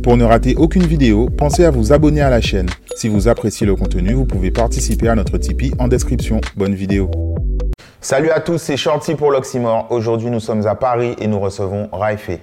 Pour ne rater aucune vidéo, pensez à vous abonner à la chaîne. Si vous appréciez le contenu, vous pouvez participer à notre Tipeee en description. Bonne vidéo. Salut à tous, c'est Shorty pour l'Oxymore. Aujourd'hui, nous sommes à Paris et nous recevons Raifé.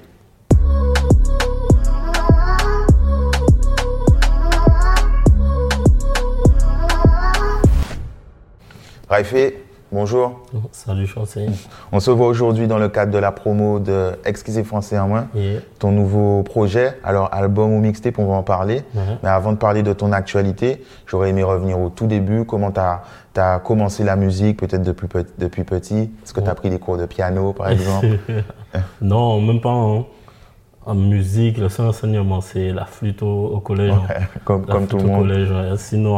Raifé, bonjour. Salut Shorty. On se voit aujourd'hui dans le cadre de la promo de Exquisé Français en moins, ton nouveau projet. Alors, album ou mixtape, on va en parler. Mais avant de parler de ton actualité, j'aurais aimé revenir au tout début. Comment tu as commencé la musique, peut-être depuis petit? Est-ce que tu as pris des cours de piano, par exemple? Non, même pas. En musique, le seul enseignement, c'est la flûte au collège. Ouais, comme tout le monde. Collège, ouais. Sinon,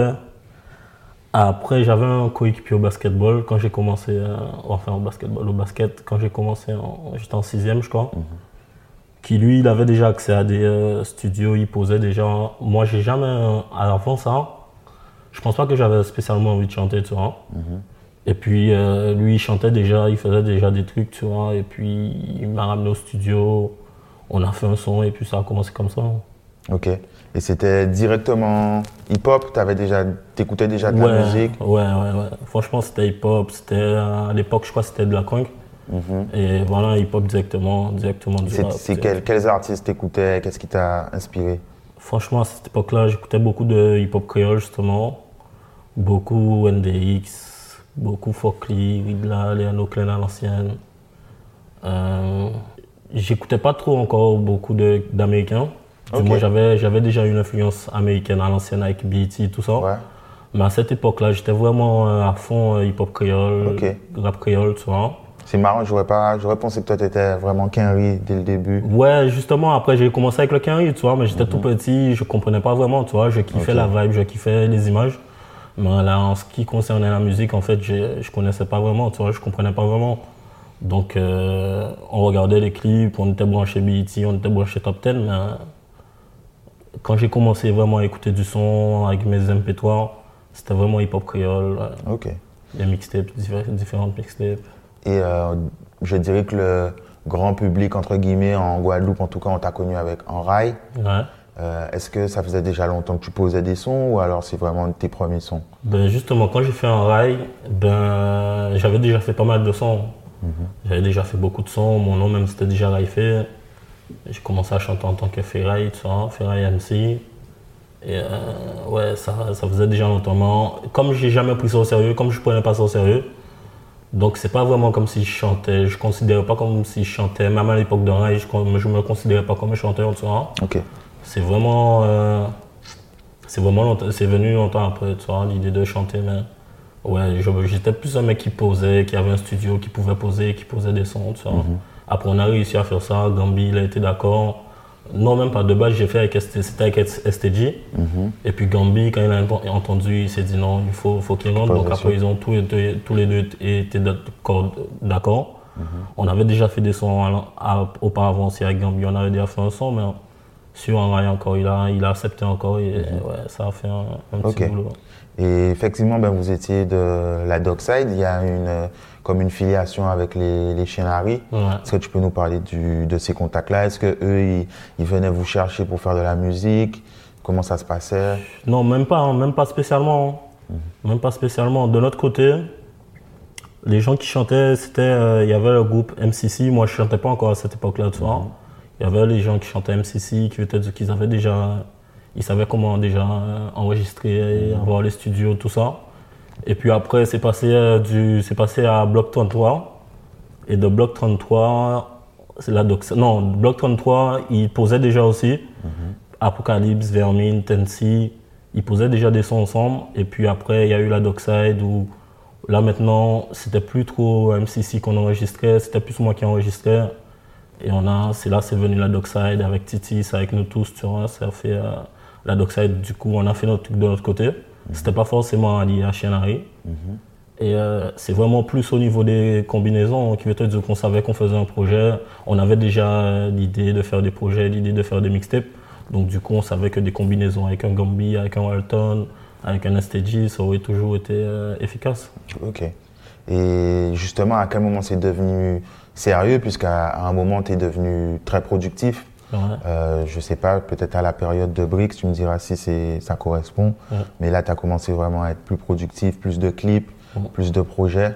après, j'avais un coéquipier au basketball quand j'ai commencé, au basket, quand j'ai commencé, j'étais en 6e, je crois, qui lui, il avait déjà accès à des studios, il posait déjà. Moi, j'ai jamais, avant ça, je pense pas que j'avais spécialement envie de chanter, tu vois. Et puis, lui, il chantait déjà, il faisait déjà des trucs, tu vois, et puis il m'a ramené au studio, on a fait un son, et puis ça a commencé comme ça. Ok. Et c'était directement hip-hop? T'écoutais déjà de la musique? Ouais. Franchement, c'était hip-hop. À l'époque, je crois que c'était de la crunk. Et voilà, hip-hop directement du rap. Quels artistes t'écoutais? Qu'est-ce qui t'a inspiré? Franchement, à cette époque-là, j'écoutais beaucoup de hip-hop créole, justement. Beaucoup NDX, beaucoup Fokli, Ridla, Léano Klein à l'ancienne. J'écoutais pas trop encore beaucoup d'Américains. Moi, j'avais déjà une influence américaine à l'ancienne avec BET, tout ça. Ouais. Mais à cette époque-là, j'étais vraiment à fond hip-hop créole, rap créole, tu vois. C'est marrant, j'aurais pensé que toi, t'étais vraiment Kenry dès le début. Ouais, justement, après, j'ai commencé avec le Kenry, tu vois, mais j'étais tout petit, je comprenais pas vraiment, tu vois. Je kiffais la vibe, je kiffais les images. Mais là, en ce qui concernait la musique, en fait, je connaissais pas vraiment, tu vois, je comprenais pas vraiment. Donc, on regardait les clips, on était branché BET, on était branché Top 10, mais quand j'ai commencé vraiment à écouter du son avec mes MP3, c'était vraiment hip-hop créole. Des mixtapes, différentes mixtapes. Et je dirais que le grand public, entre guillemets, en Guadeloupe, en tout cas, on t'a connu avec En Rail. Ouais. Est-ce que ça faisait déjà longtemps que tu posais des sons ou alors c'est vraiment tes premiers sons? Justement, quand j'ai fait En Rail, j'avais déjà fait pas mal de sons. J'avais déjà fait beaucoup de sons, mon nom même c'était déjà Raifé. J'ai commencé à chanter en tant que Ferraille, tu vois, Ferraille MC. Et ouais, ça faisait déjà longtemps. Comme j'ai jamais pris ça au sérieux, comme je prenais pas ça au sérieux, donc c'est pas vraiment comme si je chantais. Je considérais pas comme si je chantais. Même à l'époque de Rail, je me considérais pas comme un chanteur, tu vois. C'est vraiment c'est venu longtemps après, tu vois, l'idée de chanter. Mais ouais, j'étais plus un mec qui posait, qui avait un studio, qui pouvait poser, qui posait des sons, tu vois. Après, on a réussi à faire ça. Gambi, il a été d'accord. Non, même pas de base, c'était avec STG. Et puis Gambi, quand il a entendu, il s'est dit non, il faut qu'il rentre. Donc après, ils ont tous les deux été d'accord. On avait déjà fait des sons auparavant aussi avec Gambi. On avait déjà fait un son, mais sur En Rail encore, il a accepté encore. Et ouais, ça a fait un petit boulot. Et effectivement, vous étiez de la Dockside. Il y a comme une filiation avec les Chienari. Est-ce que tu peux nous parler de ces contacts-là? Est-ce qu'eux, ils venaient vous chercher pour faire de la musique? Comment ça se passait? Non, même pas spécialement. Même pas spécialement. De notre côté, les gens qui chantaient, il y avait le groupe MCC. Moi, je chantais pas encore à cette époque-là, tu vois. Il y avait les gens qui chantaient MCC, ils savaient comment déjà enregistrer, avoir les studios, tout ça. Et puis après, c'est passé à Bloc 33. Et de Bloc 33, c'est la Dockside. Non, Bloc 33, ils posaient déjà aussi. Apocalypse, Vermine, Tensi, ils posaient déjà des sons ensemble. Et puis après, il y a eu la Dockside où là maintenant, c'était plus trop MCC qu'on enregistrait, c'était plus moi qui enregistrais. Et c'est venu la Dockside avec Titi, avec nous tous, tu vois, ça a fait la Dockside. Du coup, on a fait notre truc de notre côté. C'était pas forcément lié à Chienari. Et c'est vraiment plus au niveau des combinaisons qui veut te dire qu'on savait qu'on faisait un projet. On avait déjà l'idée de faire des projets, l'idée de faire des mixtapes. Donc du coup, on savait que des combinaisons avec un Gambi, avec un Walton, avec un STG, ça aurait toujours été efficace. Ok. Et justement, à quel moment c'est devenu sérieux, puisqu'à un moment, tu es devenu très productif. Je sais pas, peut-être à la période de Brix, tu me diras si ça correspond. Mais là, tu as commencé vraiment à être plus productif, plus de clips, plus de projets.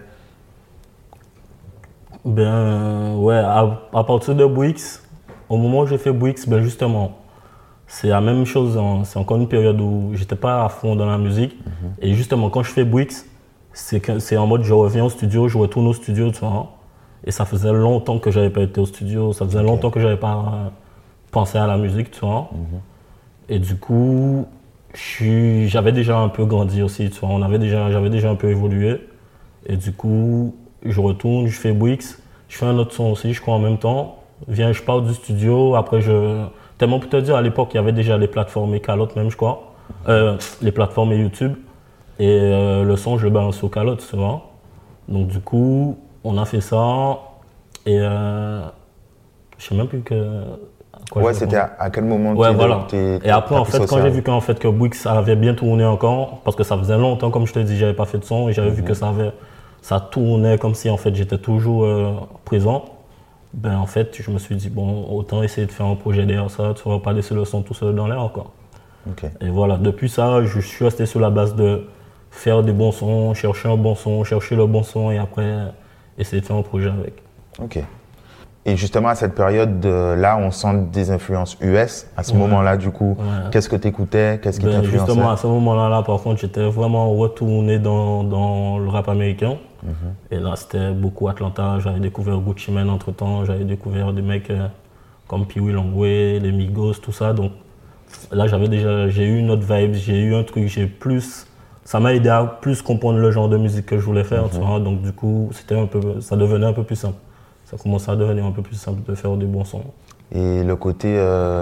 Ben ouais, à partir de Brix, au moment où j'ai fait Brix, ben justement, c'est la même chose. C'est encore une période où j'étais pas à fond dans la musique. Et justement, quand je fais Brix, c'est en mode je reviens au studio, je retourne au studio, tu vois. Et ça faisait longtemps que j'avais pas été au studio, ça faisait longtemps que j'avais pas pensé à la musique, tu vois. Et du coup, j'avais déjà un peu grandi aussi, tu vois. J'avais déjà un peu évolué. Et du coup, je retourne, je fais Brix, je fais un autre son aussi, je crois en même temps. Je pars du studio, après tellement pour te dire, à l'époque, il y avait déjà les plateformes Calotte même, je crois. Les plateformes YouTube. Et le son, je le balance au Calotte, tu vois. Donc du coup, on a fait ça. Et je sais même plus c'était à quel moment voilà. Et après, en fait, quand j'ai vu que Brix avait bien tourné encore, parce que ça faisait longtemps, comme je te dis, j'avais pas fait de son, et j'avais vu que ça tournait comme si en fait j'étais toujours présent. Ben en fait, je me suis dit bon, autant essayer de faire un projet derrière ça, tu vas pas laisser le son tout seul dans l'air encore. Et voilà, depuis ça, je suis resté sur la base de faire des bons sons, chercher un bon son, chercher le bon son et après essayer de faire un projet avec. Ok. Et justement, à cette période, là, on sent des influences US. À ce moment-là, du coup, qu'est-ce que tu écoutais? Qu'est-ce qui t'influençait? Justement, à ce moment-là, par contre, j'étais vraiment retourné dans le rap américain. Et là, c'était beaucoup Atlanta. J'avais découvert Gucci Mane entre-temps. J'avais découvert des mecs comme Pee Wee Longway, les Migos, tout ça. Donc là, j'ai eu une autre vibe. J'ai eu un truc, ça m'a aidé à plus comprendre le genre de musique que je voulais faire. Tu vois. Donc du coup, ça devenait un peu plus simple. Ça commençait à devenir un peu plus simple de faire des bons sons. Et le côté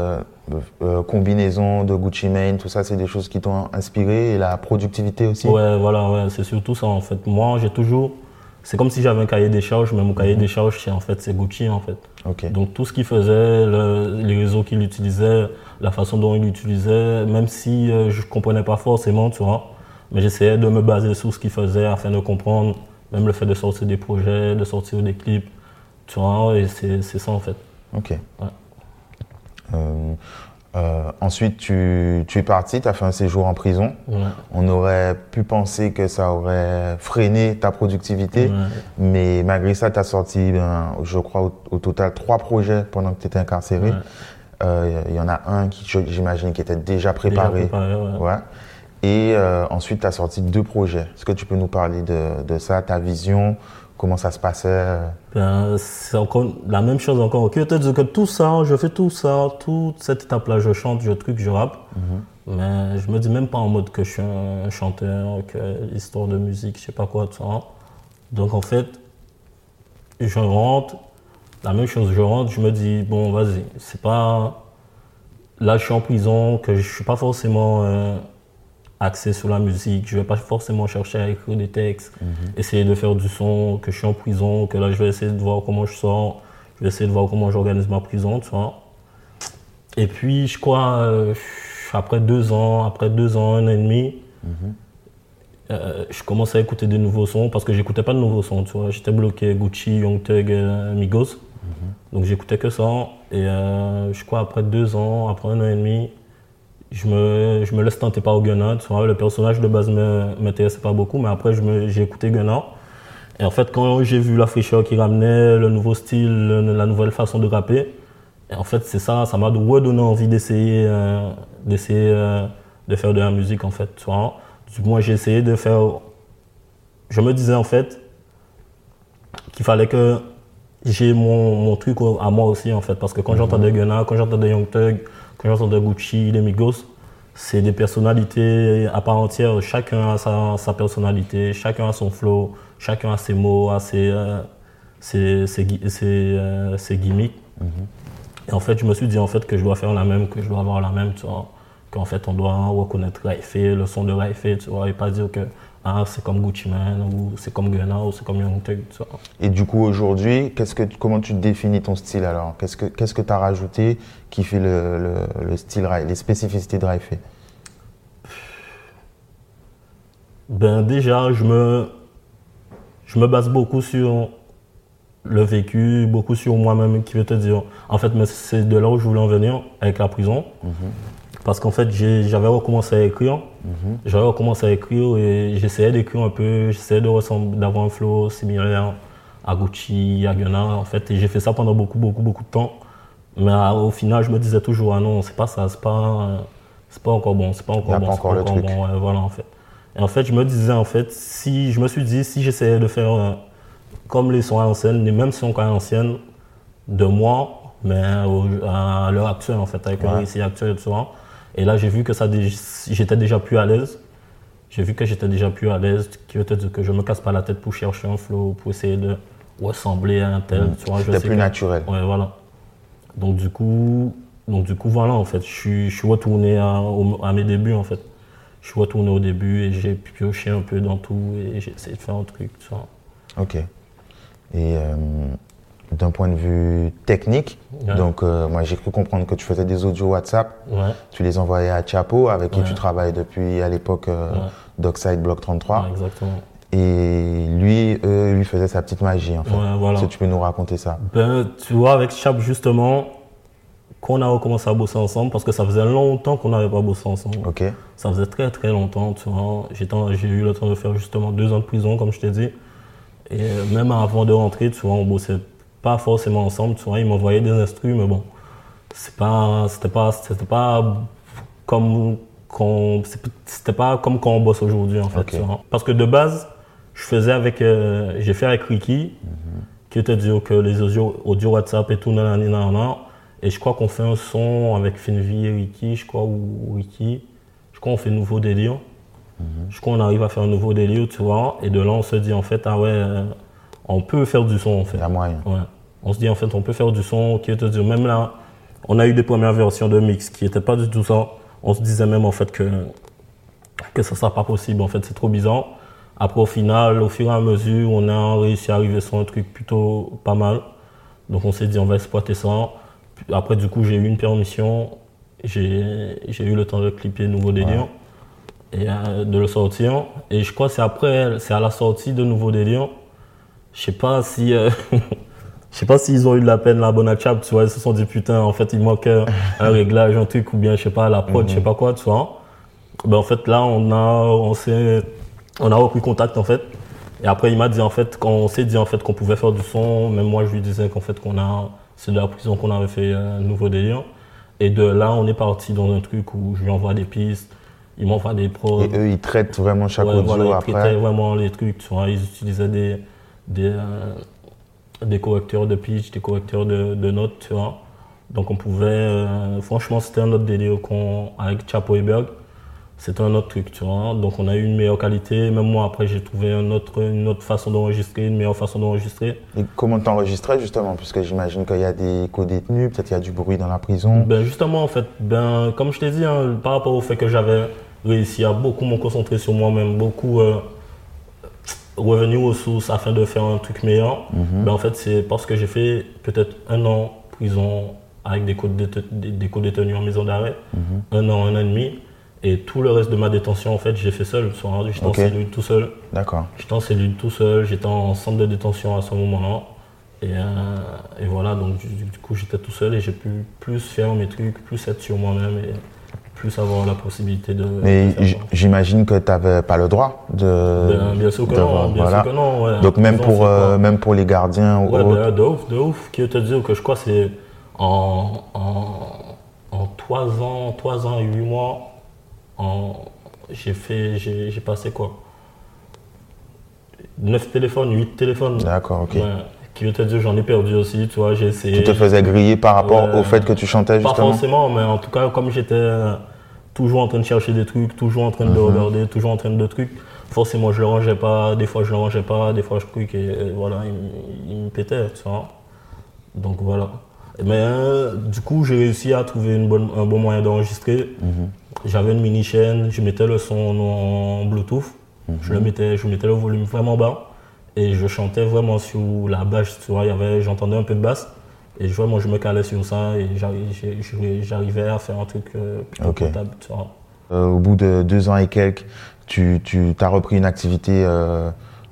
combinaison de Gucci Mane, tout ça, c'est des choses qui t'ont inspiré, et la productivité aussi? Ouais, voilà, c'est surtout ça en fait. Moi, c'est comme si j'avais un cahier des charges, mais mon cahier des charges, c'est Gucci en fait. Donc tout ce qu'il faisait, les réseaux qu'il utilisait, la façon dont il l'utilisait, même si je comprenais pas forcément, tu vois, mais j'essayais de me baser sur ce qu'il faisait afin de comprendre, même le fait de sortir des projets, de sortir des clips. Tu vois, et c'est ça en fait. Ok. Ouais. Ensuite, tu es parti, tu as fait un séjour en prison. On aurait pu penser que ça aurait freiné ta productivité, mais malgré ça, tu as sorti, je crois, au total 3 projets pendant que tu étais incarcéré. Il y en a un qui, j'imagine, qui était déjà préparé. Et ensuite, tu as sorti 2 projets. Est-ce que tu peux nous parler de ça, ta vision? Comment ça se passait? C'est encore la même chose encore. Ok, peut-être que tout ça, je fais tout ça, toute cette étape-là, je chante, je rappe. Mais je me dis même pas en mode que je suis un chanteur, que l'histoire de musique, je sais pas quoi, tout ça. Donc en fait, je rentre, la même chose, je me dis, bon, vas-y, c'est pas... Là, je suis en prison, que je suis pas forcément... axé sur la musique, je vais pas forcément chercher à écrire des textes, essayer de faire du son, que je suis en prison, que là je vais essayer de voir comment je sors, je vais essayer de voir comment j'organise ma prison, tu vois. Et puis je crois, après 2 ans, 1 an et demi, je commençais à écouter des nouveaux sons parce que j'écoutais pas de nouveaux sons, tu vois. J'étais bloqué Gucci, Young Thug, Migos, donc j'écoutais que ça. Et je crois après 2 ans, après 1 an et demi, je me laisse tenter par Gunna, tu vois, le personnage de base m'intéressait pas beaucoup, mais après j'ai écouté Gunna. Et en fait, quand j'ai vu la fraîcheur qu'il ramenait, le nouveau style, la nouvelle façon de rapper, et en fait, c'est ça m'a redonné envie d'essayer de faire de la musique, en fait, tu vois. Du moins, j'ai essayé de faire... Je me disais, en fait, qu'il fallait que j'ai mon truc à moi aussi, en fait, parce que quand j'entendais Gunna, quand j'entendais Young Thug, quand j'entendais Gucci, les Migos, c'est des personnalités à part entière. Chacun a sa personnalité, chacun a son flow, chacun a ses mots, a ses gimmicks. Et en fait, je me suis dit en fait que je dois faire la même, que je dois avoir la même, tu vois. Qu'en fait, on doit reconnaître Raifé, le son de Raifé, tu vois, et pas dire que c'est comme Gucci Mane, ou c'est comme Gunna, ou c'est comme Young Thug, tu vois. Et du coup, aujourd'hui, comment tu définis ton style alors? Qu'est-ce que tu as rajouté qui fait le style, les spécificités de Raifé? Ben déjà, je me base beaucoup sur le vécu, beaucoup sur moi-même qui veut te dire. En fait, mais c'est de là où je voulais en venir avec la prison. Parce qu'en fait, j'avais recommencé à écrire. J'avais recommencé à écrire et j'essayais d'écrire un peu, j'essayais d'avoir un flow similaire à Gucci, à Gunna, en fait. Et j'ai fait ça pendant beaucoup de temps. Mais au final, je me disais toujours, ah non, c'est pas ça, c'est pas encore bon, c'est pas encore bon, c'est pas encore bon. Ouais, voilà, en fait. Et en fait, je me disais, en fait, je me suis dit, si j'essayais de faire comme les sons à l'ancienne, les mêmes sons qu'à l'ancienne, de moi, mais à l'heure actuelle, en fait, avec un récit actuel et tout ça. Et là, j'ai vu que j'étais déjà plus à l'aise. J'ai vu que j'étais déjà plus à l'aise, qui veut dire que je me casse pas la tête pour chercher un flow, pour essayer de ressembler à un tel. C'était plus naturel. Ouais, voilà. Donc du coup, voilà, en fait, je suis retourné à mes débuts, en fait. Je suis retourné au début et j'ai pioché un peu dans tout et j'ai essayé de faire un truc, tout ça. Ok. Et d'un point de vue technique, donc moi j'ai cru comprendre que tu faisais des audios WhatsApp, tu les envoyais à Chapo, avec qui tu travailles depuis à l'époque Dockside Block 33. Exactement. Et lui faisait sa petite magie en fait. Voilà. Si tu peux nous raconter ça. Ben, tu vois, avec Chapo justement, qu'on a recommencé à bosser ensemble, parce que ça faisait longtemps qu'on n'avait pas bossé ensemble. Ok. Ça faisait très très longtemps, tu vois. J'ai eu le temps de faire justement 2 ans de prison, comme je t'ai dit. Et même avant de rentrer, tu vois, on bossait pas forcément ensemble, tu vois, il m'envoyait des instrus, mais bon, c'était pas comme quand on bosse aujourd'hui, en fait, tu vois. Parce que de base, j'ai fait avec Ricky, qui était dit que les audio WhatsApp et tout, nanana, et je crois qu'on fait un son avec Finvi et Ricky, je crois on fait Nouveau Délire. Je crois qu'on arrive à faire un nouveau délire, tu vois, et de là, on se dit, en fait, on peut faire du son, en fait. Il y a moyen. Ouais. On se dit, en fait, on peut faire du son, qui te dire, même là, on a eu des premières versions de mix qui n'étaient pas du tout ça. On se disait même, en fait, que ça ne sera pas possible, en fait, c'est trop bizarre. Après, au final, au fur et à mesure, on a réussi à arriver sur un truc plutôt pas mal. Donc, on s'est dit, on va exploiter ça. Après, du coup, j'ai eu une permission, j'ai eu le temps de clipper Nouveau Délire. Et de le sortir. Et je crois que c'est à la sortie de Nouveau Délire. Je sais pas si s'ils ont eu de la peine, la bonne à Chap, tu vois, ils se sont dit putain, en fait, il manque un réglage, un truc, ou bien, je sais pas, la prod, je sais pas quoi, tu vois. Ben, en fait, là, on a repris contact, en fait. Et après, il m'a dit, en fait, on s'est dit, en fait, qu'on pouvait faire du son. Même moi, je lui disais qu'en fait, c'est de la prison qu'on avait fait Nouveau Délire. Et de là, on est parti dans un truc où je lui envoie des pistes. Ils m'envoient des prods. Et eux, ils traitent vraiment chaque audio après. Ils traitaient vraiment les trucs, tu vois. Ils utilisaient des correcteurs de pitch, des correcteurs de notes, tu vois. Donc on pouvait... franchement, c'était un autre délire avec Chapo et Berg. C'était un autre truc, tu vois. Donc on a eu une meilleure qualité. Même moi, après, j'ai trouvé une autre façon d'enregistrer, une meilleure façon d'enregistrer. Et comment t'enregistrais, justement? Puisque j'imagine qu'il y a des co-détenus, peut-être qu'il y a du bruit dans la prison. Ben justement, en fait, comme je t'ai dit, hein, par rapport au fait que j'avais réussi à beaucoup me concentrer sur moi-même, beaucoup revenir aux sources afin de faire un truc meilleur, en fait, c'est parce que j'ai fait peut-être 1 an prison avec des co-détenus en maison d'arrêt, 1 an, 1 an et demi. Et tout le reste de ma détention, en fait, j'ai fait seul. J'étais en cellule tout seul. D'accord. J'étais en cellule tout seul. J'étais en centre de détention à ce moment-là. Et voilà, donc du coup, j'étais tout seul et j'ai pu plus faire mes trucs, plus être sur moi-même et plus avoir la possibilité de... Mais j'imagine que tu n'avais pas le droit de... bien sûr que non, bien sûr que non. Ouais. Donc même pour les gardiens ou autres. De ouf. Qui te dire que je crois que c'est en 3 ans et 8 mois, j'ai passé quoi 9 téléphones, 8 téléphones. D'accord, ok. Ouais, qui veut te dire, j'en ai perdu aussi, tu vois, j'ai essayé. Tu te faisais griller par rapport au fait que tu chantais, justement? Pas forcément, mais en tout cas, comme j'étais toujours en train de chercher des trucs, toujours en train de regarder, toujours en train de trucs, forcément je le rangeais pas, des fois je le rangeais pas, des fois je truc et voilà, il me pétait, tu vois. Donc voilà. Mais du coup, j'ai réussi à trouver un bon moyen d'enregistrer. J'avais une mini chaîne, je mettais le son en Bluetooth, je mettais le volume vraiment bas et je chantais vraiment sur la basse, tu vois, j'entendais un peu de basse et vraiment je me calais sur ça et j'arrivais à faire un truc plutôt potable, tu vois. Au bout de 2 ans et quelques, tu as repris une activité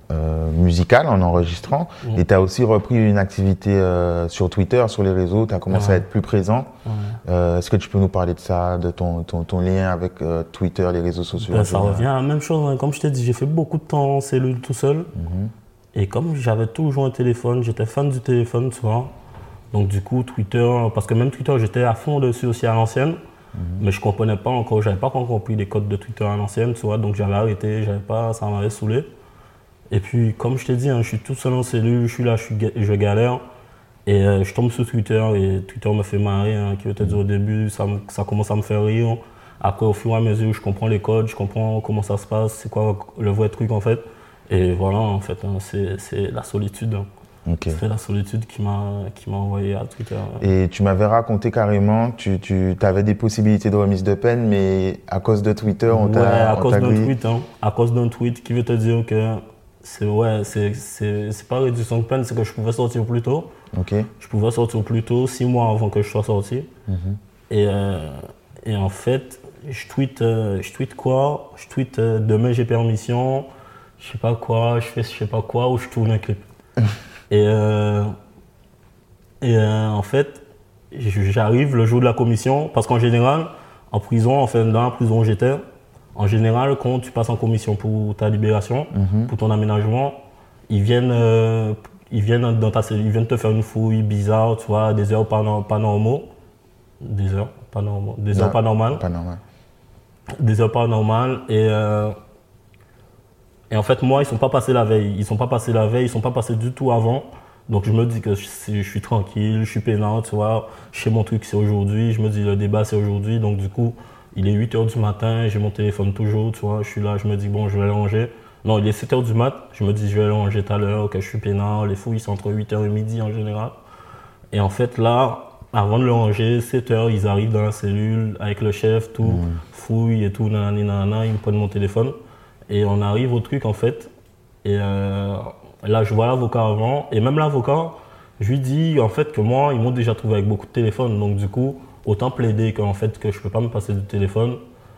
musicale en enregistrant. Et tu as aussi repris une activité sur Twitter, sur les réseaux. Tu as commencé à être plus présent. Est-ce que tu peux nous parler de ça, de ton lien avec Twitter, les réseaux sociaux? Ça revient à la même chose. Hein. Comme je t'ai dit, j'ai fait beaucoup de temps en cellule tout seul. Et comme j'avais toujours un téléphone, j'étais fan du téléphone, tu vois. Donc du coup, Twitter, parce que même Twitter, j'étais à fond dessus aussi à l'ancienne. Mais je comprenais pas encore, j'avais pas encore compris les codes de Twitter à l'ancienne, tu vois. Donc j'avais arrêté, ça m'avait saoulé. Et puis, comme je t'ai dit, hein, je suis tout seul en cellule, je suis là, je galère. Et je tombe sur Twitter et Twitter me fait marrer. Hein, qui veut te dire au début, ça commence à me faire rire. Après, au fur et à mesure, je comprends les codes, je comprends comment ça se passe, c'est quoi le vrai truc en fait. Et voilà, en fait, hein, c'est la solitude. Hein. Okay. C'est la solitude qui m'a envoyé à Twitter. Et tu m'avais raconté carrément, tu avais des possibilités de remise de peine, mais à cause de Twitter, on t'a à cause d'un tweet, hein, à cause d'un tweet qui veut te dire que c'est pas réduction de peine, c'est que je pouvais sortir plus tôt. Okay. Je pouvais sortir plus tôt, 6 mois avant que je sois sorti. Et en fait, je tweete quoi? Je tweete demain j'ai permission, je sais pas quoi, je fais je sais pas quoi, ou je tourne un clip. Et en fait, j'arrive le jour de la commission, parce qu'en général, en prison, enfin dans la prison où j'étais, en général, quand tu passes en commission pour ta libération, pour ton aménagement, ils viennent dans ta cellule, ils viennent te faire une fouille bizarre, tu vois, des heures pas normaux. Des heures pas normales. Des heures pas normales. Des heures pas normales. Et en fait, moi, ils sont pas passés la veille. Ils sont pas passés du tout avant. Donc, je me dis que je suis tranquille, je suis peinant, tu vois. Je sais mon truc, c'est aujourd'hui. Je me dis, le débat, c'est aujourd'hui. Donc, du coup, il est 8h du matin, j'ai mon téléphone toujours, tu vois. Je suis là, je me dis, bon, je vais le ranger. Non, il est 7h du mat. Je me dis, je vais le ranger tout à l'heure, que je suis peinant. Les fouilles, c'est entre 8h et midi en général. Et en fait, là, avant de le ranger, 7h, ils arrivent dans la cellule avec le chef, tout, fouille et tout, nanani, nanana. Ils me prennent mon téléphone. Et on arrive au truc en fait, et là je vois l'avocat avant, et même l'avocat, je lui dis en fait que moi, ils m'ont déjà trouvé avec beaucoup de téléphones, donc du coup, autant plaider qu'en fait que je peux pas me passer du téléphone,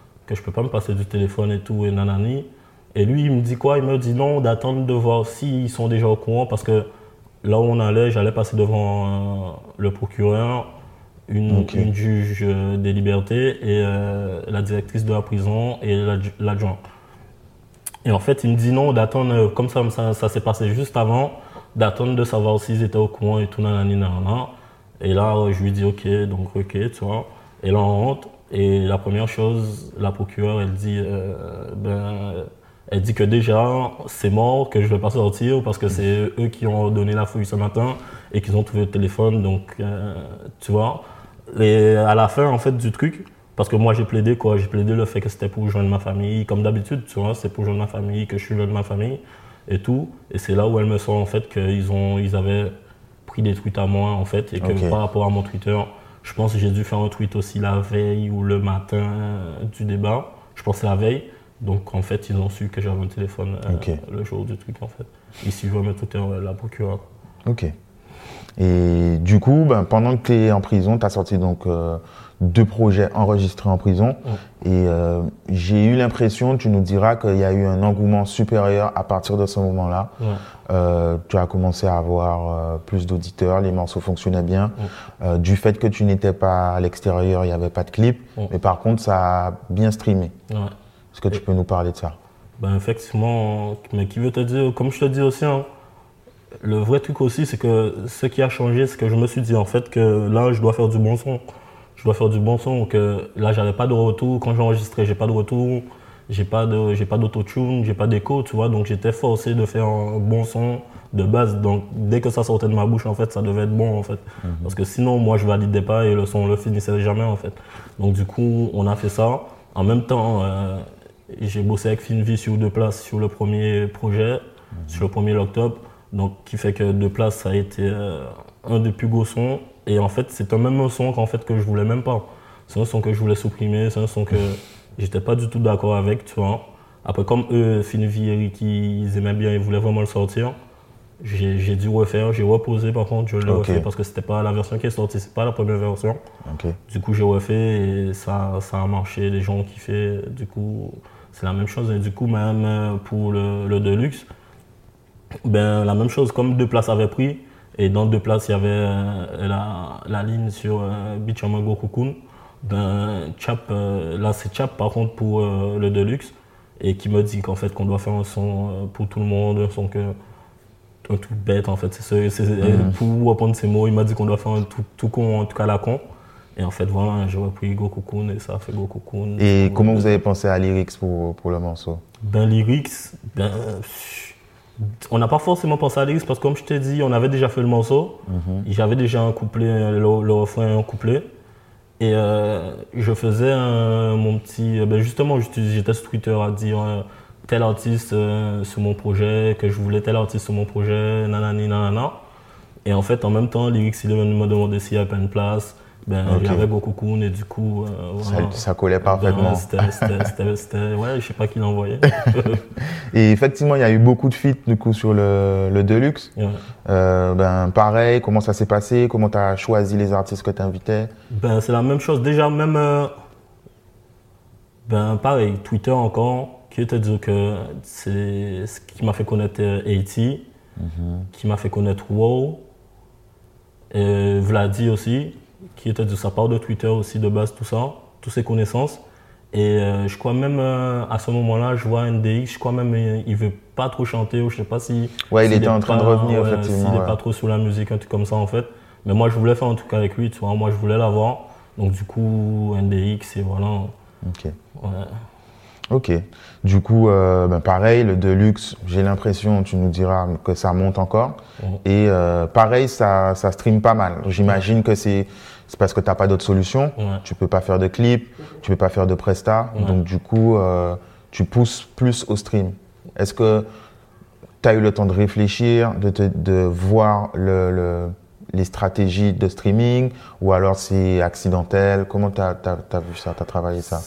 et tout, et nanani. Et lui, il me dit quoi? Il me dit non, d'attendre de voir s'ils sont déjà au courant, parce que là où on allait, j'allais passer devant le procureur, une juge des libertés, et la directrice de la prison, et l'adjoint. Et en fait, il me dit non, d'attendre, comme ça s'est passé juste avant, d'attendre de savoir s'ils étaient au courant et tout, nanani, nanana. Et là, je lui dis ok, tu vois. Et là, on rentre, et la première chose, la procureure, elle dit que déjà, c'est mort, que je ne vais pas sortir, parce que c'est eux qui ont donné la fouille ce matin, et qu'ils ont trouvé le téléphone, donc, tu vois. Et à la fin, en fait, du truc, parce que moi j'ai plaidé le fait que c'était pour joindre ma famille, comme d'habitude, tu vois, c'est pour joindre ma famille, que je suis loin de ma famille et tout. Et c'est là où elle me sort en fait qu'ils avaient pris des tweets à moi en fait, et que par rapport à mon Twitter, je pense que j'ai dû faire un tweet aussi la veille ou le matin du débat. Je pense la veille. Donc en fait, ils ont su que j'avais un téléphone le jour du truc en fait. Ils suivent mes Twitter, la procureure. Ok. Et du coup, pendant que tu es en prison, tu as sorti donc 2 projets enregistrés en prison. Et j'ai eu l'impression, tu nous diras, qu'il y a eu un engouement supérieur à partir de ce moment-là. Tu as commencé à avoir plus d'auditeurs, les morceaux fonctionnaient bien. Du fait que tu n'étais pas à l'extérieur, il n'y avait pas de clip. Mais par contre, ça a bien streamé. Est-ce que tu peux nous parler de ça? Effectivement, mais qui veut te dire, comme je te dis aussi, hein, le vrai truc aussi, c'est que ce qui a changé, c'est que je me suis dit en fait que là, je dois faire du bon son. Que là, j'avais pas de retour. Quand j'enregistrais, j'ai pas de retour. J'ai pas d'autotune, j'ai pas d'écho, tu vois. Donc, j'étais forcé de faire un bon son de base. Donc, dès que ça sortait de ma bouche, en fait, ça devait être bon, en fait. Parce que sinon, moi, je validais pas et le son, on le finissait jamais, en fait. Donc, du coup, on a fait ça. En même temps, j'ai bossé avec Finvi sur 2 places sur le premier projet, sur le premier Locktop. Donc, qui fait que 2 places, ça a été un des plus gros sons. Et en fait, c'est un même son qu'en fait que je voulais même pas. C'est un son que je voulais supprimer, c'est un son que j'étais pas du tout d'accord avec, tu vois. Après, comme eux, Finvi et Ricky, ils aimaient bien, ils voulaient vraiment le sortir. J'ai dû refaire, j'ai reposé par contre, je l'ai refait parce que c'était pas la version qui est sortie, c'est pas la première version. Du coup, j'ai refait et ça a marché, les gens ont kiffé. Du coup, c'est la même chose. Et du coup, même pour le Deluxe, Ben, la même chose, comme 2 places avaient pris, et dans 2 places, il y avait la ligne sur Bichamago Kukun. Ben, là c'est Chap par contre pour le Deluxe, et qui me dit qu'en fait qu'on doit faire un son pour tout le monde, un son un truc bête en fait. Pour reprendre ces mots, il m'a dit qu'on doit faire un tout con, en tout cas la con. Et en fait, voilà, j'ai repris Gokukun et ça a fait Gokukun. Et comment vous avez pensé à lyrics pour le morceau? Ben, lyrics, on n'a pas forcément pensé à lyrics parce que comme je t'ai dit, on avait déjà fait le morceau. J'avais déjà un couplet, le refrain et un couplet. Et je faisais mon petit... justement, j'étais sur Twitter à dire tel artiste sur mon projet, que je voulais tel artiste sur mon projet, nanani, nanana. Et en fait, en même temps, Lyrics, il me demandait s'il y avait une place. J'avais Gokukun et du coup... ça collait parfaitement. Ouais, je sais pas qui l'a envoyé. Et effectivement, il y a eu beaucoup de feats du coup sur le Deluxe. Ouais. Pareil, comment ça s'est passé? Comment tu as choisi les artistes que tu invitais? C'est la même chose. Déjà, même... pareil, Twitter encore, qui te dit que c'est ce qui m'a fait connaître 80, qui m'a fait connaître WoW, et Vladi aussi, qui était de sa part de Twitter aussi de base, tout ça, toutes ses connaissances. Et je crois même à ce moment-là, je vois NDX, je crois même il veut pas trop chanter, ou je sais pas si... Ouais, il était en train de revenir, effectivement. S'il est pas trop sous la musique, un truc comme ça en fait. Mais moi je voulais faire un truc avec lui, tu vois, moi je voulais l'avoir. Donc du coup, NDX et voilà. Ok. Ouais. Ok. Du coup, pareil, le Deluxe, j'ai l'impression, tu nous diras que ça monte encore. Et pareil, ça stream pas mal. J'imagine que c'est parce que tu n'as pas d'autre solution. Tu peux pas faire de clip, tu peux pas faire de presta. Donc du coup, tu pousses plus au stream. Est-ce que tu as eu le temps de réfléchir, de voir les stratégies de streaming, ou alors c'est accidentel? Comment tu as vu ça, tu as travaillé ça?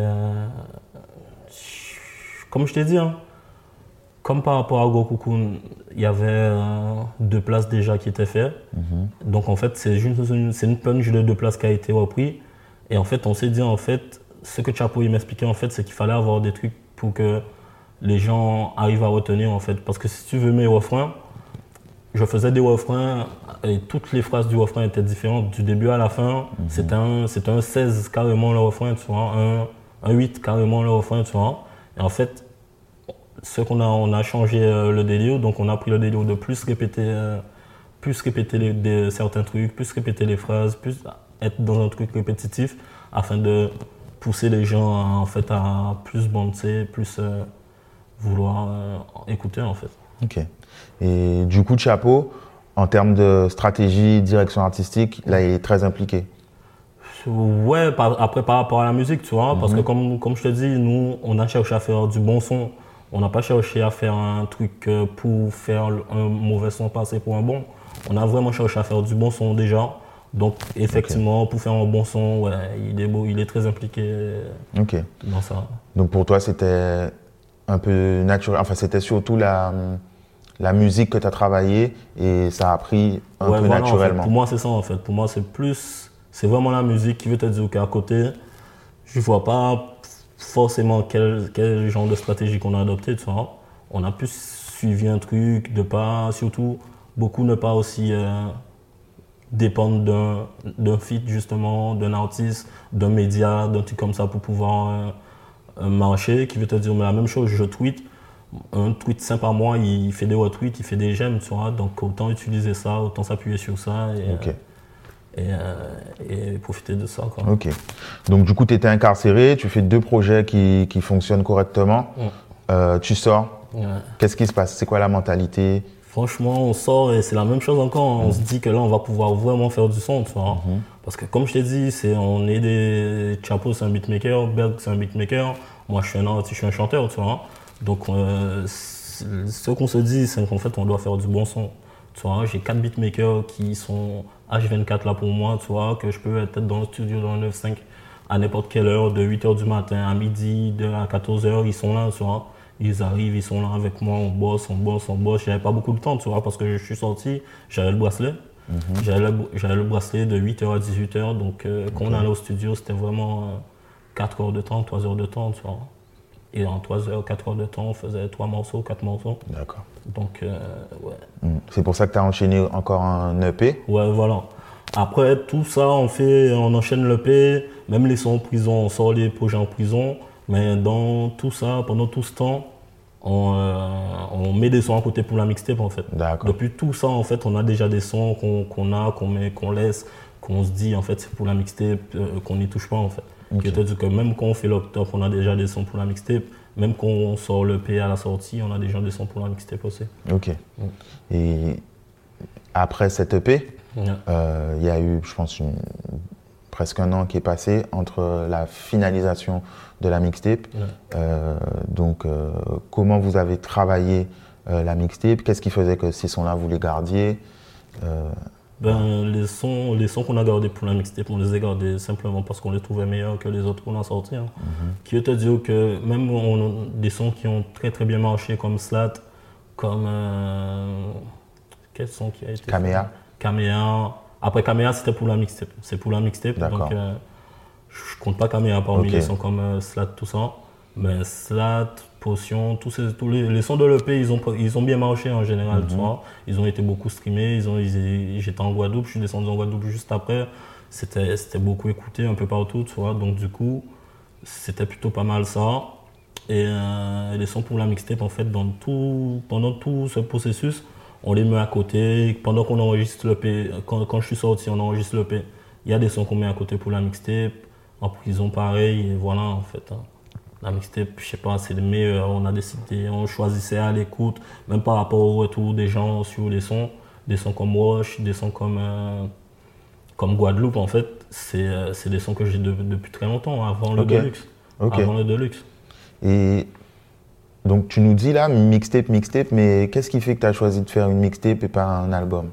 Comme je t'ai dit, comme par rapport à Gokukun, il y avait 2 places déjà qui étaient faites. Donc en fait, c'est une punch de 2 places qui a été reprise. Et en fait, on s'est dit, en fait, ce que Chapo m'expliquait, en fait, c'est qu'il fallait avoir des trucs pour que les gens arrivent à retenir, en fait. Parce que si tu veux mes refrains, je faisais des refrains et toutes les phrases du refrain étaient différentes du début à la fin. C'était un 16 carrément le refrain, tu vois, un 8 carrément le refrain, tu vois. Et en fait, on a changé le délire, donc on a pris le délire de plus répéter certains trucs, plus répéter les phrases, plus être dans un truc répétitif afin de pousser les gens à plus banter, plus vouloir écouter en fait. Ok. Et du coup, Chapo, en termes de stratégie, direction artistique, là, il est très impliqué. Ouais, après par rapport à la musique, tu vois, parce que comme je te dis, nous, on a cherché à faire du bon son. On n'a pas cherché à faire un truc pour faire un mauvais son passer pour un bon. On a vraiment cherché à faire du bon son déjà. Donc effectivement, pour faire un bon son, ouais, il est très impliqué dans ça. Donc pour toi, c'était un peu naturel, enfin c'était surtout la musique que tu as travaillée et ça a pris un peu naturellement. En fait, pour moi, c'est ça en fait. Pour moi, c'est vraiment la musique qui veut te dire qu'à côté, je vois pas forcément quel genre de stratégie qu'on a adopté, tu vois. On a plus suivi un truc, beaucoup ne pas aussi dépendre d'un feat justement, d'un artiste, d'un média, d'un truc comme ça pour pouvoir marcher, qui veut te dire mais la même chose, je tweet, un tweet simple à moi, il fait des retweets, il fait des j'aime, tu vois, donc autant utiliser ça, autant s'appuyer sur ça et profiter de ça, quoi. Ok. Donc du coup, tu étais incarcéré, tu fais 2 projets qui fonctionnent correctement. Tu sors. Qu'est-ce qui se passe? C'est quoi la mentalité? Franchement, on sort et c'est la même chose encore. On se dit que là, on va pouvoir vraiment faire du son, tu vois. Parce que comme je t'ai dit, on est des... Chapo, c'est un beatmaker, Berg, c'est un beatmaker. Moi, je suis un artiste, je suis un chanteur, tu vois. Donc, ce qu'on se dit, c'est qu'en fait, on doit faire du bon son. Tu vois, j'ai 4 beatmakers qui sont H24 là pour moi, tu vois, que je peux être dans le studio dans le 9-5 à n'importe quelle heure, de 8h du matin à midi, à 14h, ils sont là, tu vois. Ils arrivent, ils sont là avec moi, on bosse. J'avais pas beaucoup de temps, tu vois, parce que je suis sorti, j'avais le bracelet. J'avais le bracelet de 8h à 18h, donc quand on allait au studio, c'était vraiment 4 heures de temps, 3 heures de temps, tu vois. Et en 3 heures, 4 heures de temps, on faisait 3 morceaux, 4 morceaux. D'accord. Donc, ouais. C'est pour ça que tu as enchaîné encore un EP? Ouais, voilà. Après, tout ça, on enchaîne l'EP, même les sons en prison, on sort les projets en prison. Mais dans tout ça, pendant tout ce temps, on met des sons à côté pour la mixtape, en fait. D'accord. Depuis tout ça, en fait, on a déjà des sons qu'on laisse, qu'on se dit, en fait, c'est pour la mixtape, qu'on n'y touche pas, en fait. Okay. C'est-à-dire que même quand on fait l'octobre, on a déjà des sons pour la mixtape. Même quand on sort l'EP à la sortie, on a déjà des sons pour la mixtape aussi. Ok. Et après cette EP, il y a eu, je pense, presque un an qui est passé entre la finalisation de la mixtape. Donc, comment vous avez travaillé la mixtape? Qu'est-ce qui faisait que ces sons-là, vous les gardiez? Les sons qu'on a gardés pour la mixtape, on les a gardés simplement parce qu'on les trouvait meilleurs que les autres qu'on a sortis. Hein. Qui veut te dire que même des sons qui ont très très bien marché comme Slat, comme quel son qui a été Kamea. Après Kamea, c'était pour la mixtape. C'est pour la mixtape, donc je compte pas Kamea parmi les sons comme Slat, tout ça. Mais Slat, Potion, tous les sons de l'EP, ils ont bien marché en général. Tu vois. Ils ont été beaucoup streamés. J'étais en Guadeloupe, je suis descendu en Guadeloupe juste après. C'était beaucoup écouté un peu partout. Tu vois. Donc du coup, c'était plutôt pas mal ça. Et les sons pour la mixtape, en fait, pendant tout ce processus, on les met à côté. Pendant qu'on enregistre l'EP, quand je suis sorti, on enregistre l'EP. Il y a des sons qu'on met à côté pour la mixtape. En prison, pareil. Et voilà, en fait. La mixtape, je sais pas, c'est le meilleur. On a décidé, on choisissait à l'écoute, même par rapport au retour des gens sur les sons. Des sons comme Wash, des sons comme Guadeloupe, en fait. C'est des sons que j'ai depuis très longtemps, avant le Deluxe. Avant le Deluxe. Et donc, tu nous dis là, mixtape, mais qu'est-ce qui fait que tu as choisi de faire une mixtape et pas un album?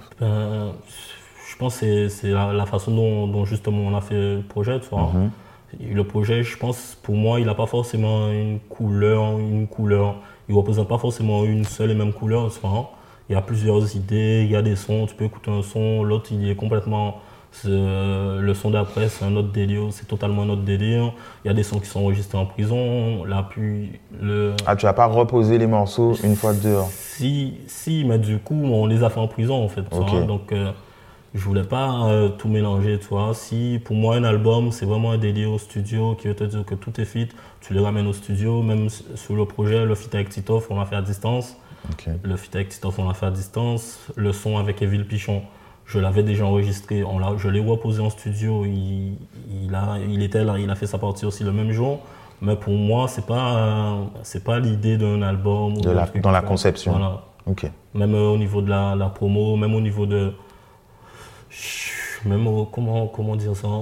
Je pense que c'est la façon dont justement on a fait le projet, tu vois. Le projet, je pense, pour moi, il n'a pas forcément une couleur. Il ne représente pas forcément une seule et même couleur. Il y a plusieurs idées, il y a des sons, tu peux écouter un son, l'autre il est complètement... Le son d'après, c'est un autre délire, c'est totalement un autre délire. Il y a des sons qui sont enregistrés en prison. Tu vas pas reposer les morceaux une fois dehors? Si, mais du coup, on les a fait en prison, en fait. Donc, je voulais pas tout mélanger, tu vois. Si pour moi un album c'est vraiment un délire au studio qui veut te dire que tout est fit, tu les ramènes au studio. Même sur le projet, le feat avec Titoff, on l'a fait à distance. Le feat avec Titoff, on l'a fait à distance. Le son avec Evil Pichon, je l'avais déjà enregistré. Je l'ai reposé en studio. Il était là, il a fait sa partie aussi le même jour. Mais pour moi, c'est pas l'idée d'un album. Dans la conception. Voilà. Même au niveau de la promo, même au niveau de comment dire ça,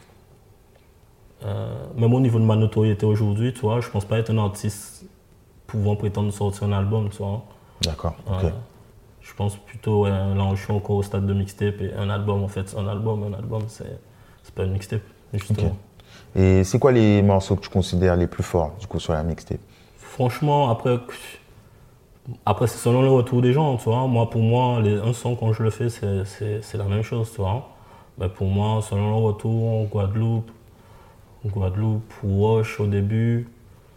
même au niveau de ma notoriété aujourd'hui, tu vois, je pense pas être un artiste pouvant prétendre sortir un album, tu vois. D'accord. Je pense plutôt, là je suis encore au stade de mixtape et un album, en fait, un album c'est pas une mixtape, justement. Et c'est quoi les morceaux que tu considères les plus forts du coup sur la mixtape? Franchement, après c'est selon le retour des gens, tu vois. Pour moi, un son quand je le fais, c'est la même chose, tu vois. Mais pour moi, selon le retour, Guadeloupe, Wash au début,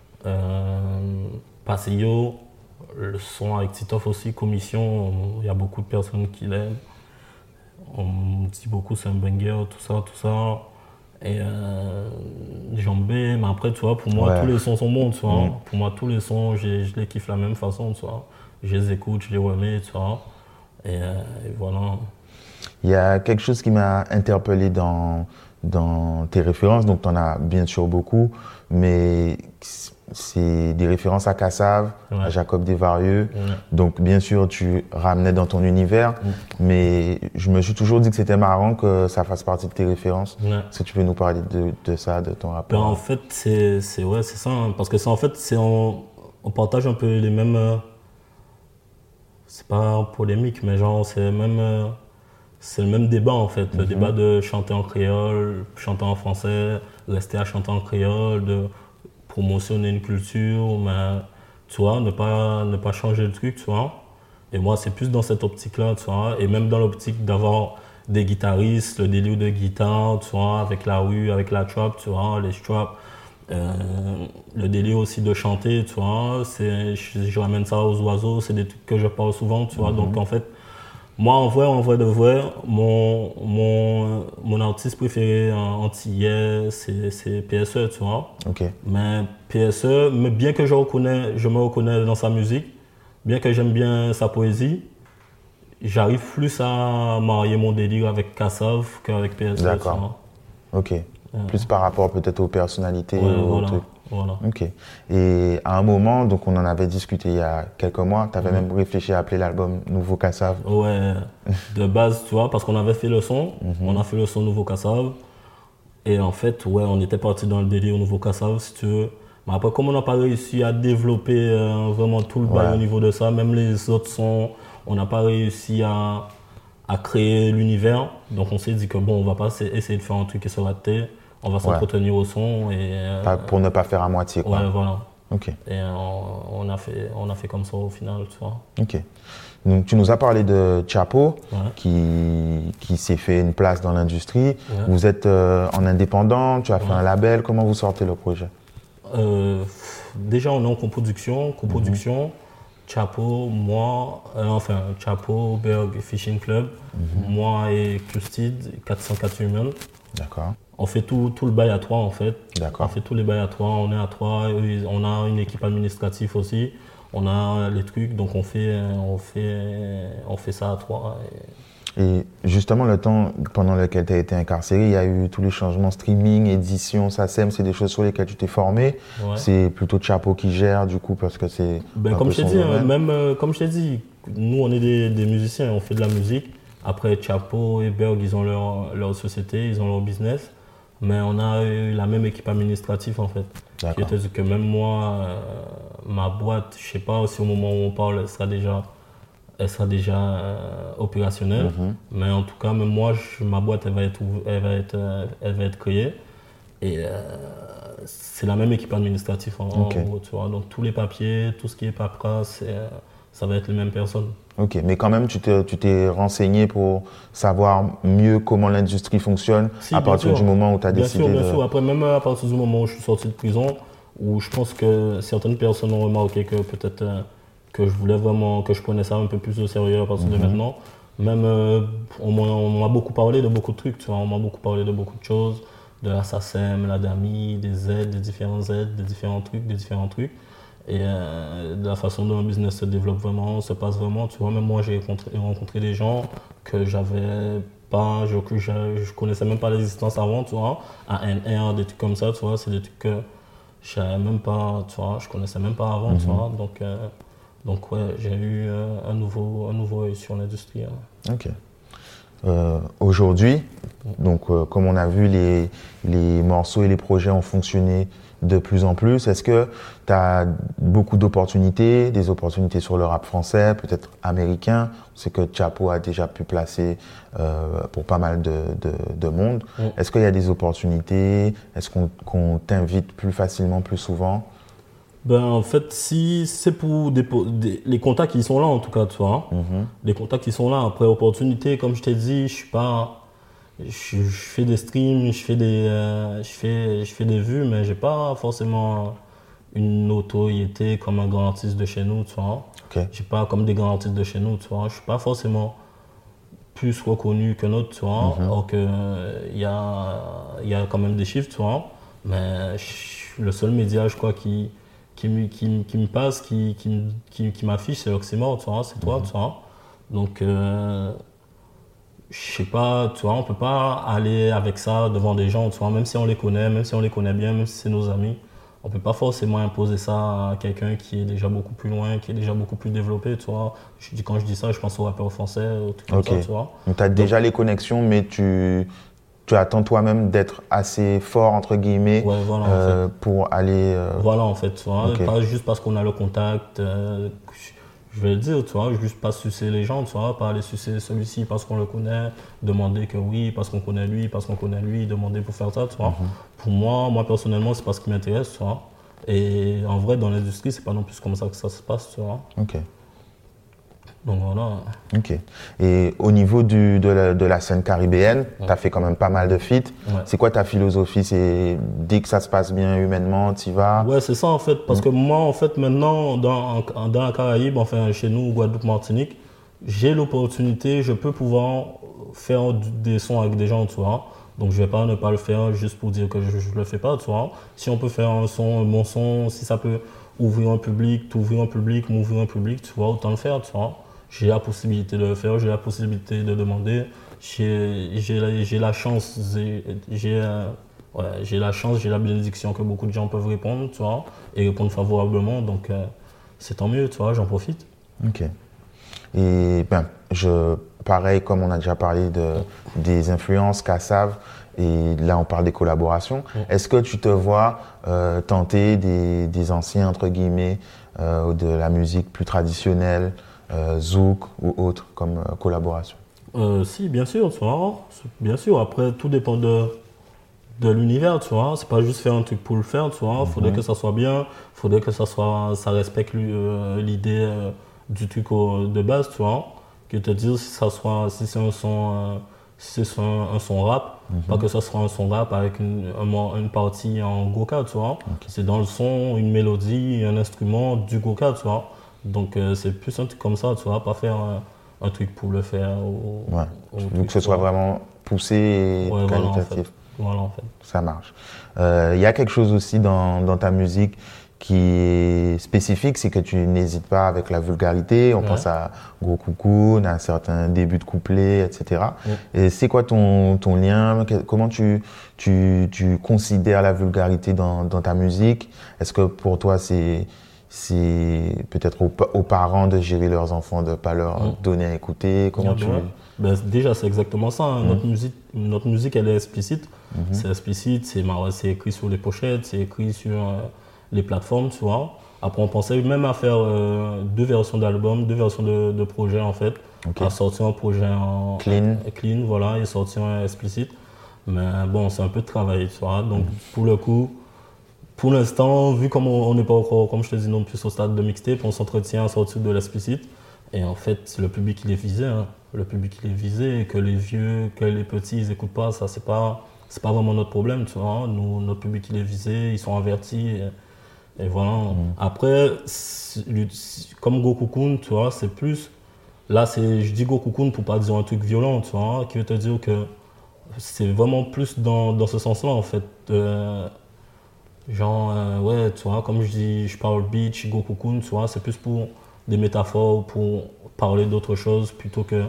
Passeyo, le son avec Titoff aussi, Commission, il y a beaucoup de personnes qui l'aiment. On me dit beaucoup c'est un banger, tout ça. Et Jambé, mais après, tu vois, pour moi, tous les sons sont bons, tu vois. Pour moi, tous les sons, je les kiffe de la même façon, tu vois. Je les écoute, je les remets, tu vois. Et voilà. Il y a quelque chose qui m'a interpellé dans tes références, donc tu en as bien sûr beaucoup, mais c'est des références à Kassav, à Jacob Desvarieux. Donc bien sûr, tu ramenais dans ton univers, mais je me suis toujours dit que c'était marrant que ça fasse partie de tes références. Est-ce que tu peux nous parler de ça, de ton rapport? En fait, c'est ça, hein, parce que en fait, on partage un peu les mêmes... c'est pas polémique, mais genre, c'est le même débat en fait. Le débat de chanter en créole, chanter en français, rester à chanter en créole, de promotionner une culture, mais tu vois, ne pas changer le truc, tu vois. Et moi, c'est plus dans cette optique-là, tu vois. Et même dans l'optique d'avoir des guitaristes, le délire de guitare, tu vois, avec la rue, avec la trap, tu vois, les straps. Le délire aussi de chanter, tu vois, je ramène ça aux oiseaux, c'est des trucs que je parle souvent, tu vois. Donc en fait, moi en vrai de vrai, mon artiste préféré antillais, c'est PSE, tu vois. Okay. Mais PSE, mais bien que je me reconnais dans sa musique, bien que j'aime bien sa poésie, j'arrive plus à marier mon délire avec Kassav qu'avec PSE. D'accord. Ok. Plus par rapport peut-être aux personnalités. Voilà. Ok. Et à un moment, donc on en avait discuté il y a quelques mois, tu avais même réfléchi à appeler l'album Nouveau Kassav. Ouais, de base, tu vois, parce qu'on avait fait le son, on a fait le son Nouveau Kassav. Et en fait, ouais, on était parti dans le délire Nouveau Kassav, si tu veux. Mais après, comme on n'a pas réussi à développer vraiment tout le bail au niveau de ça, même les autres sons, on n'a pas réussi à créer l'univers. Donc on s'est dit que bon, on va pas essayer de faire un truc qui sera raté. On va s'entretenir au son et pour ne pas faire à moitié, quoi. Ouais, voilà. Ok. Et on a fait comme ça au final, tu vois. Ok. Donc tu nous as parlé de Chapo, qui s'est fait une place dans l'industrie. Vous êtes en indépendant, tu as fait un label. Comment vous sortez le projet? Déjà, on est en coproduction. Chapo, moi, Chapo, Berg Fishing Club, moi et Custid, 404 Human. D'accord. On fait tout le bail à 3 en fait. D'accord. On fait tous les bails à 3, on est à 3, on a une équipe administrative aussi, on a les trucs, donc on fait ça à 3. Et justement, le temps pendant lequel tu as été incarcéré, il y a eu tous les changements streaming, édition, SACEM, c'est des choses sur lesquelles tu t'es formé. Ouais. C'est plutôt Chapo qui gère du coup parce que c'est. Comme je t'ai dit, comme je t'ai dit, nous on est des musiciens, on fait de la musique. Après Chapo et Berg, ils ont leur société, ils ont leur business. Mais on a eu la même équipe administrative en fait. Qui était que même moi, ma boîte, je sais pas si au moment où on parle, elle sera déjà opérationnelle. Mais en tout cas, même moi, ma boîte, elle va être créée. Et c'est la même équipe administrative en gros, tu vois. Donc tous les papiers, tout ce qui est paperasse, ça va être les mêmes personnes. Ok, mais quand même, tu t'es renseigné pour savoir mieux comment l'industrie fonctionne à partir du moment où tu as décidé Bien sûr. Après, même à partir du moment où je suis sorti de prison, où je pense que certaines personnes ont remarqué que peut-être que je voulais vraiment, que je prenais ça un peu plus au sérieux à partir de maintenant. Même, on m'a beaucoup parlé de beaucoup de trucs, tu vois. On m'a beaucoup parlé de beaucoup de choses, de la SACEM, la DAMI, des aides, des différents trucs. Et de la façon dont le business se développe vraiment, se passe vraiment. Tu vois, même moi, j'ai rencontré des gens que j'avais pas, que je connaissais même pas l'existence avant, tu vois. ANR, des trucs comme ça, tu vois, c'est des trucs que je savais même pas, tu vois, je connaissais même pas avant, tu vois. Donc ouais, j'ai eu un nouveau œil sur l'industrie. Hein. Ok. Aujourd'hui, donc comme on a vu, les morceaux et les projets ont fonctionné de plus en plus. Est-ce que tu as beaucoup d'opportunités, des opportunités sur le rap français, peut-être américain? C'est que Chapo a déjà pu placer pour pas mal de monde. Est-ce qu'il y a des opportunités? Est-ce qu'on t'invite plus facilement, plus souvent? En fait, si c'est pour les contacts qui sont là, en tout cas, tu vois. Les contacts qui sont là. Après, opportunité, comme je t'ai dit, je fais des streams, je fais des vues, mais j'ai pas forcément une notoriété comme un grand artiste de chez nous, tu vois. Okay. J'ai pas comme des grands artistes de chez nous, tu vois. Je suis pas forcément plus reconnu qu'un autre, tu vois. Alors que il y a quand même des chiffres, tu vois. Mais le seul média, je crois, qui me passe, qui m'affiche, c'est l'Oxymore, tu vois, c'est toi, tu vois. Donc, je sais pas, tu vois, on peut pas aller avec ça devant des gens, tu vois, même si on les connaît bien, même si c'est nos amis, on peut pas forcément imposer ça à quelqu'un qui est déjà beaucoup plus loin, qui est déjà beaucoup plus développé, tu vois. Quand je dis ça, je pense aux rappeurs français, aux trucs comme ça, tu vois. Donc, tu as déjà les connexions, mais tu attends toi-même d'être assez fort, entre guillemets, pour aller… Voilà, en fait, tu vois, pas juste parce qu'on a le contact, je vais le dire, tu vois, juste pas sucer les gens, tu vois, pas aller sucer celui-ci parce qu'on le connaît, demander que oui, parce qu'on connaît lui, demander pour faire ça, tu vois. Pour moi personnellement, c'est pas ce qui m'intéresse, tu vois. Et en vrai, dans l'industrie, c'est pas non plus comme ça que ça se passe, tu vois. Ok. Donc voilà. Ok. Et au niveau de la scène caribéenne, tu as fait quand même pas mal de feats. Ouais. C'est quoi ta philosophie? C'est dès que ça se passe bien humainement, tu y vas? Ouais, c'est ça en fait. Parce que moi, en fait, maintenant, dans la Caraïbe, enfin chez nous, Guadeloupe, Martinique, j'ai l'opportunité, je peux pouvoir faire des sons avec des gens, tu vois. Donc je vais pas ne pas le faire juste pour dire que je le fais pas, tu vois. Si on peut faire un bon son, si ça peut ouvrir un public, m'ouvrir un public, tu vois, autant le faire, tu vois. J'ai la possibilité de le faire, j'ai la possibilité de demander, j'ai la chance, j'ai la bénédiction que beaucoup de gens peuvent répondre, tu vois, et répondre favorablement, donc c'est tant mieux, tu vois, j'en profite. Ok. Et pareil, comme on a déjà parlé des influences Kassav, et là on parle des collaborations, est-ce que tu te vois tenter des anciens, entre guillemets, de la musique plus traditionnelle, zouk ou autre comme collaboration? Si, bien sûr, tu vois. Bien sûr, après tout dépend de l'univers, tu vois. C'est pas juste faire un truc pour le faire, tu vois. Faudrait que ça soit bien, faudrait que ça respecte l'idée du truc de base, tu vois. Que te dire si c'est un son, un son rap, pas que ça soit un son rap avec une partie en goka, tu vois. Okay. C'est dans le son, une mélodie, un instrument, du goka, tu vois. Donc c'est plus un truc comme ça, tu vois, pas faire un truc pour le faire. Vu que ce soit vraiment poussé et qualitatif. Voilà, en fait. Ça marche. Y a quelque chose aussi dans ta musique qui est spécifique, c'est que tu n'hésites pas avec la vulgarité. On pense à Gros Coucoune, à un certain début de couplet, etc. Et c'est quoi ton lien? Comment tu considères la vulgarité dans ta musique? Est-ce que pour toi, c'est peut-être aux parents de gérer leurs enfants, de ne pas leur donner à écouter? Comment déjà, c'est exactement ça. Hein. Notre musique, elle est explicite. C'est explicite, c'est écrit sur les pochettes, c'est écrit sur les plateformes, tu vois. Après, on pensait même à faire 2 versions d'albums, 2 versions de projets, en fait. Okay. À sortir un projet en clean, voilà, et sortir un explicite. Mais bon, c'est un peu de travail, tu vois. Donc, pour le coup, pour l'instant, vu comme on n'est pas encore, comme je te dis, non plus au stade de mixtape, on s'entretient à sortir de l'explicite. Et en fait, le public, il est visé. Hein. Le public, il est visé. Que les vieux, que les petits, ils n'écoutent pas, ça, c'est pas vraiment notre problème, tu vois. Nous, notre public, il est visé, ils sont avertis. Et voilà. Après, comme Gros Coucoune, tu vois, c'est plus... Là, je dis Gros Coucoune pour pas dire un truc violent, tu vois, qui veut te dire que c'est vraiment plus dans ce sens-là, en fait. Ouais, tu vois, comme je dis, je parle beach, Gros Coucoune, tu vois, c'est plus pour des métaphores, pour parler d'autre chose, plutôt que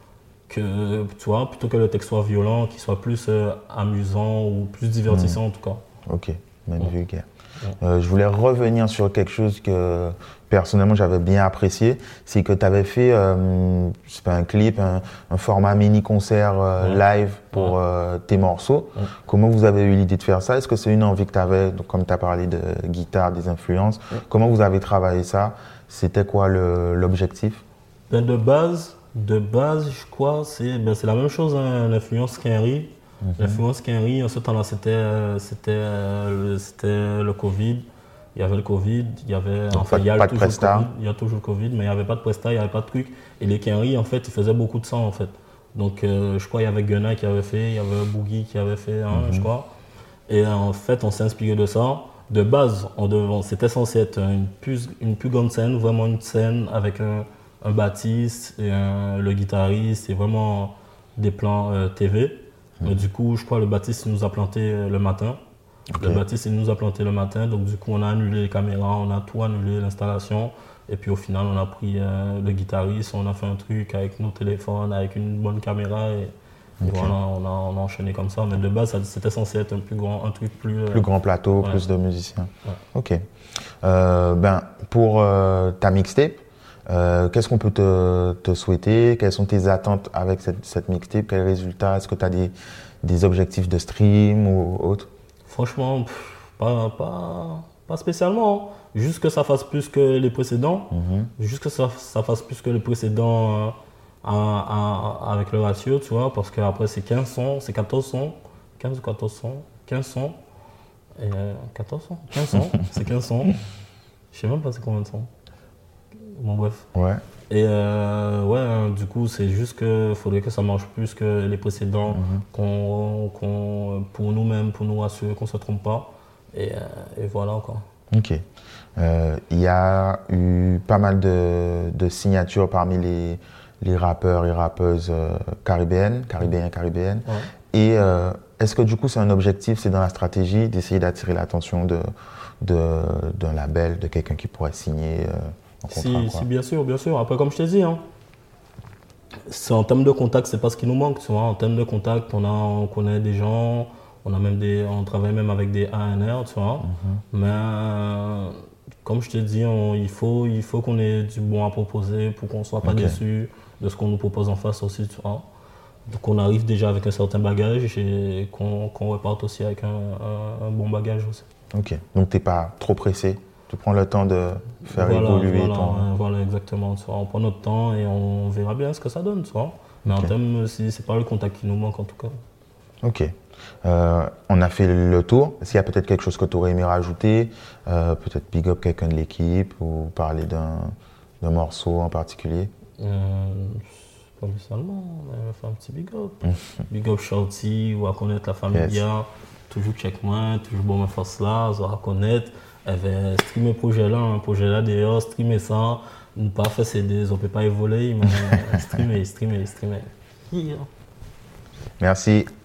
le texte soit violent, qu'il soit plus amusant ou plus divertissant, en tout cas. Ok, même vulgaire. Je voulais revenir sur quelque chose que personnellement j'avais bien apprécié, c'est que tu avais fait un clip, un format mini-concert live pour tes morceaux. Comment vous avez eu l'idée de faire ça? Est-ce que c'est une envie que tu avais, comme tu as parlé de guitare, des influences, comment vous avez travaillé ça? C'était quoi l'objectif? De base, je crois, c'est la même chose, hein, l'influence Kenry. L'influence Kenry, en ce temps-là, c'était le Covid. Il y avait le Covid, il y avait... Donc enfin, il y a toujours le Covid, mais il n'y avait pas de Presta, il n'y avait pas de truc. Et les Kenry, en fait, ils faisaient beaucoup de sang, en fait. Donc, je crois qu'il y avait Gunna qui avait fait, il y avait Boogie qui avait fait, je crois. Et en fait, on s'est inspiré de ça. De base, c'était censé être une plus grande scène, vraiment une scène avec un Baptiste et le guitariste, et vraiment des plans TV. Mais du coup, je crois que le Baptiste nous a planté le matin. Okay. Le Baptiste il nous a planté le matin, donc du coup on a annulé les caméras, on a tout annulé, l'installation. Et puis au final, on a pris le guitariste, on a fait un truc avec nos téléphones, avec une bonne caméra. Et voilà, on a enchaîné comme ça. Mais de base, c'était censé être un truc plus... Plus grand plateau, plus de musiciens. Ouais. Ok. Pour ta mixtape, qu'est-ce qu'on peut te souhaiter? Quelles sont tes attentes avec cette mixtape? Quels résultats? Est-ce que tu as des objectifs de stream ou autre? Franchement, pas spécialement. Juste que ça fasse plus que les précédents. Juste que ça fasse plus que les précédents avec le ratio, tu vois. Parce qu'après, c'est 15 sons, c'est 14 sons. 15 ou 14 sons. 15 sons. Et 14 sons 15 sons. C'est 15 sons. Je sais même pas c'est combien de sons. Bon, bref. Ouais. Et du coup, c'est juste qu'il faudrait que ça marche plus que les précédents, pour nous-mêmes, pour nous assurer qu'on ne se trompe pas. Et voilà quoi. Ok. Il y a eu pas mal de signatures parmi les rappeurs et rappeuses caribéennes. Ouais. Et est-ce que du coup c'est un objectif, c'est dans la stratégie d'essayer d'attirer l'attention d'un label, de quelqu'un qui pourrait signer un contrat? Si, bien sûr, bien sûr. Après, comme je t'ai dit, c'est en termes de contact, c'est pas ce qui nous manque. Tu vois. En termes de contact, on connaît des gens, on travaille même avec des A&R, tu vois. Mais comme je t'ai dit, il faut qu'on ait du bon à proposer pour qu'on soit pas déçu de ce qu'on nous propose en face aussi, tu vois. Donc on arrive déjà avec un certain bagage et qu'on reparte aussi avec un bon bagage aussi. Ok, donc tu n'es pas trop pressé, tu prends le temps de faire évoluer ton... Voilà, exactement. Tu vois. On prend notre temps et on verra bien ce que ça donne, tu vois. Mais en termes, c'est pas le contact qui nous manque en tout cas. Ok. On a fait le tour. Est-ce qu'il y a peut-être quelque chose que tu aurais aimé rajouter? Peut-être big up quelqu'un de l'équipe ou parler d'un morceau en particulier? Pas spécialement, on a fait un petit big up. Big up Shorty, ou à connaître la famille bien. Toujours check moi, toujours bon me force là, on va connaître. Streamer projet là d'ailleurs, streamer ça, ne pas faire CD, on peut pas évoluer, mais streamer. Merci.